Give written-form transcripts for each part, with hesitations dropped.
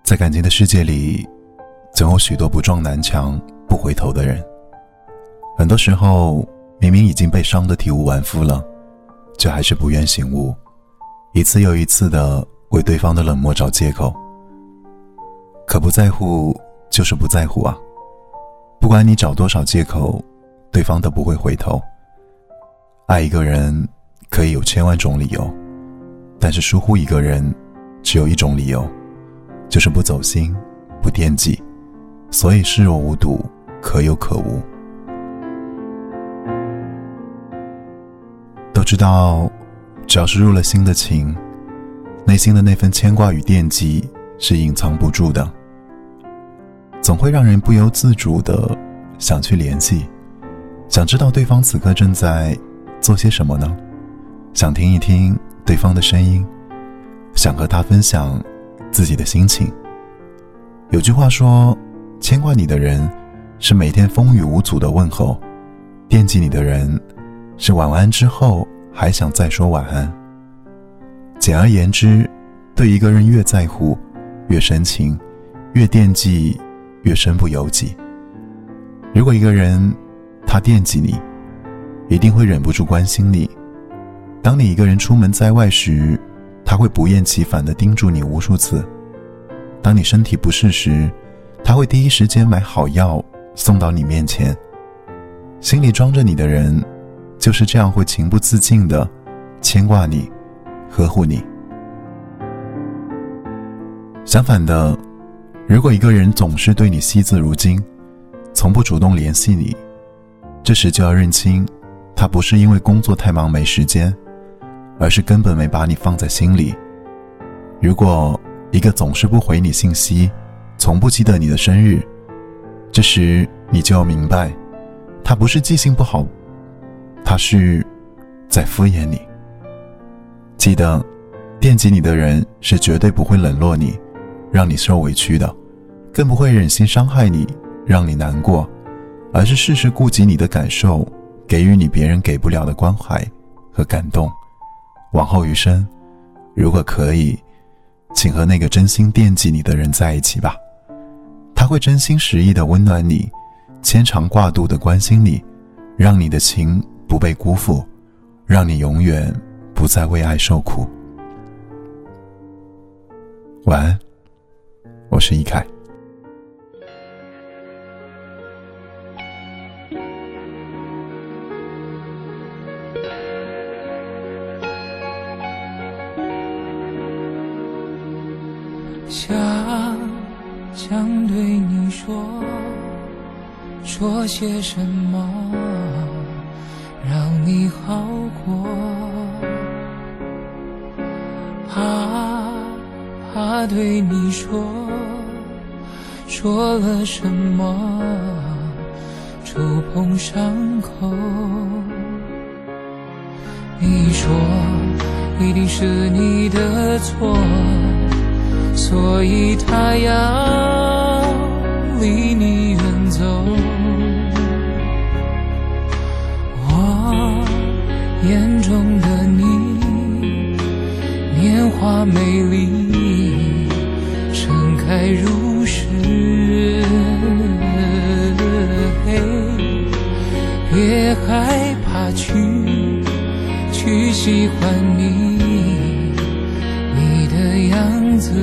在感情的世界里，总有许多不撞南墙不回头的人。很多时候明明已经被伤得体无完肤了，却还是不愿醒悟，一次又一次地为对方的冷漠找借口。可不在乎就是不在乎啊，不管你找多少借口，对方都不会回头。爱一个人可以有千万种理由，但是疏忽一个人只有一种理由，就是不走心不惦记，所以视若无睹，可有可无。都知道只要是入了心的情，内心的那份牵挂与惦记是隐藏不住的，总会让人不由自主地想去联系，想知道对方此刻正在做些什么呢？想听一听对方的声音，想和他分享自己的心情。有句话说，牵挂你的人是每天风雨无阻的问候，惦记你的人是晚安之后还想再说晚安。简而言之，对一个人越在乎越深情，越惦记越身不由己。如果一个人他惦记你，一定会忍不住关心你。当你一个人出门在外时，他会不厌其烦地叮嘱你无数次。当你身体不适时，他会第一时间买好药送到你面前。心里装着你的人，就是这样会情不自禁地牵挂你，呵护你。相反的，如果一个人总是对你惜字如金，从不主动联系你，这时就要认清，他不是因为工作太忙没时间，而是根本没把你放在心里。如果一个总是不回你信息，从不记得你的生日，这时你就要明白，他不是记性不好，他是在敷衍你。记得，惦记你的人是绝对不会冷落你，让你受委屈的，更不会忍心伤害你，让你难过，而是事事顾及你的感受，给予你别人给不了的关怀和感动。往后余生，如果可以，请和那个真心惦记你的人在一起吧。他会真心实意地温暖你，牵肠挂肚地关心你，让你的情不被辜负，让你永远不再为爱受苦。晚安，我是一凯。 想对你说些什么，让你好过。怕对你说了什么，触碰伤口。你说一定是你的错，所以他要离你远走。我眼中的你，年华美丽，盛开如诗。别害怕去喜欢你的样子。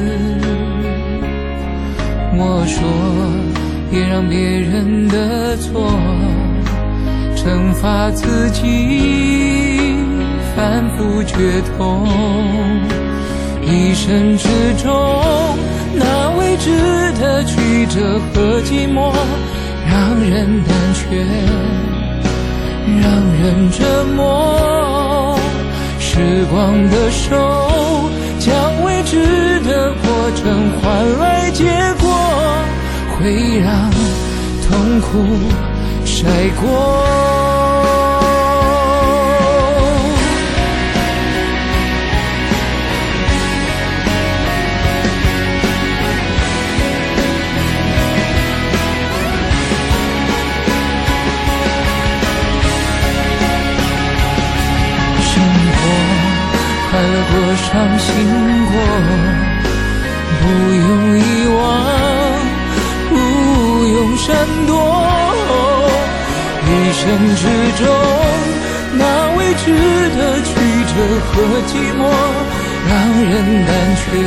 我说别让别人的错惩罚自己，反复觉痛。一生之中，那未知的曲折和寂寞，让人胆怯，让人折磨。时光的手将未知的过程换来结果，会让痛苦晒过。快乐过，伤心过， 不用遗忘，不用闪躲，一生之中那未知的曲折和寂寞，让人胆怯，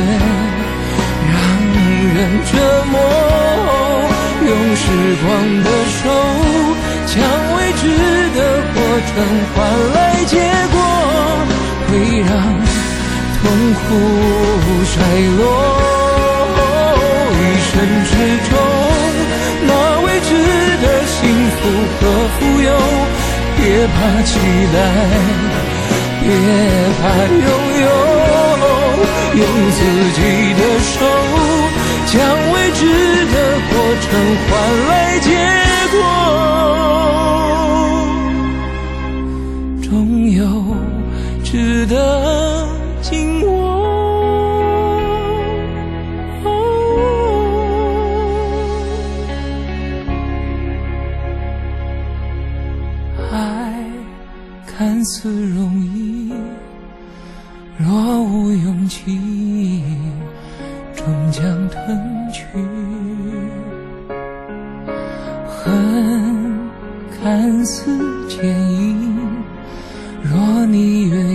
让人折磨，用时光的手将未知的过程换来结果，会让痛苦衰落。一生之中那未知的幸福和富有，别怕期待，别怕拥有，用自己的手将未知的过程换来结果，终有值得紧握。爱看似容易，若无勇气，终将吞去。恨看似坚硬，若你愿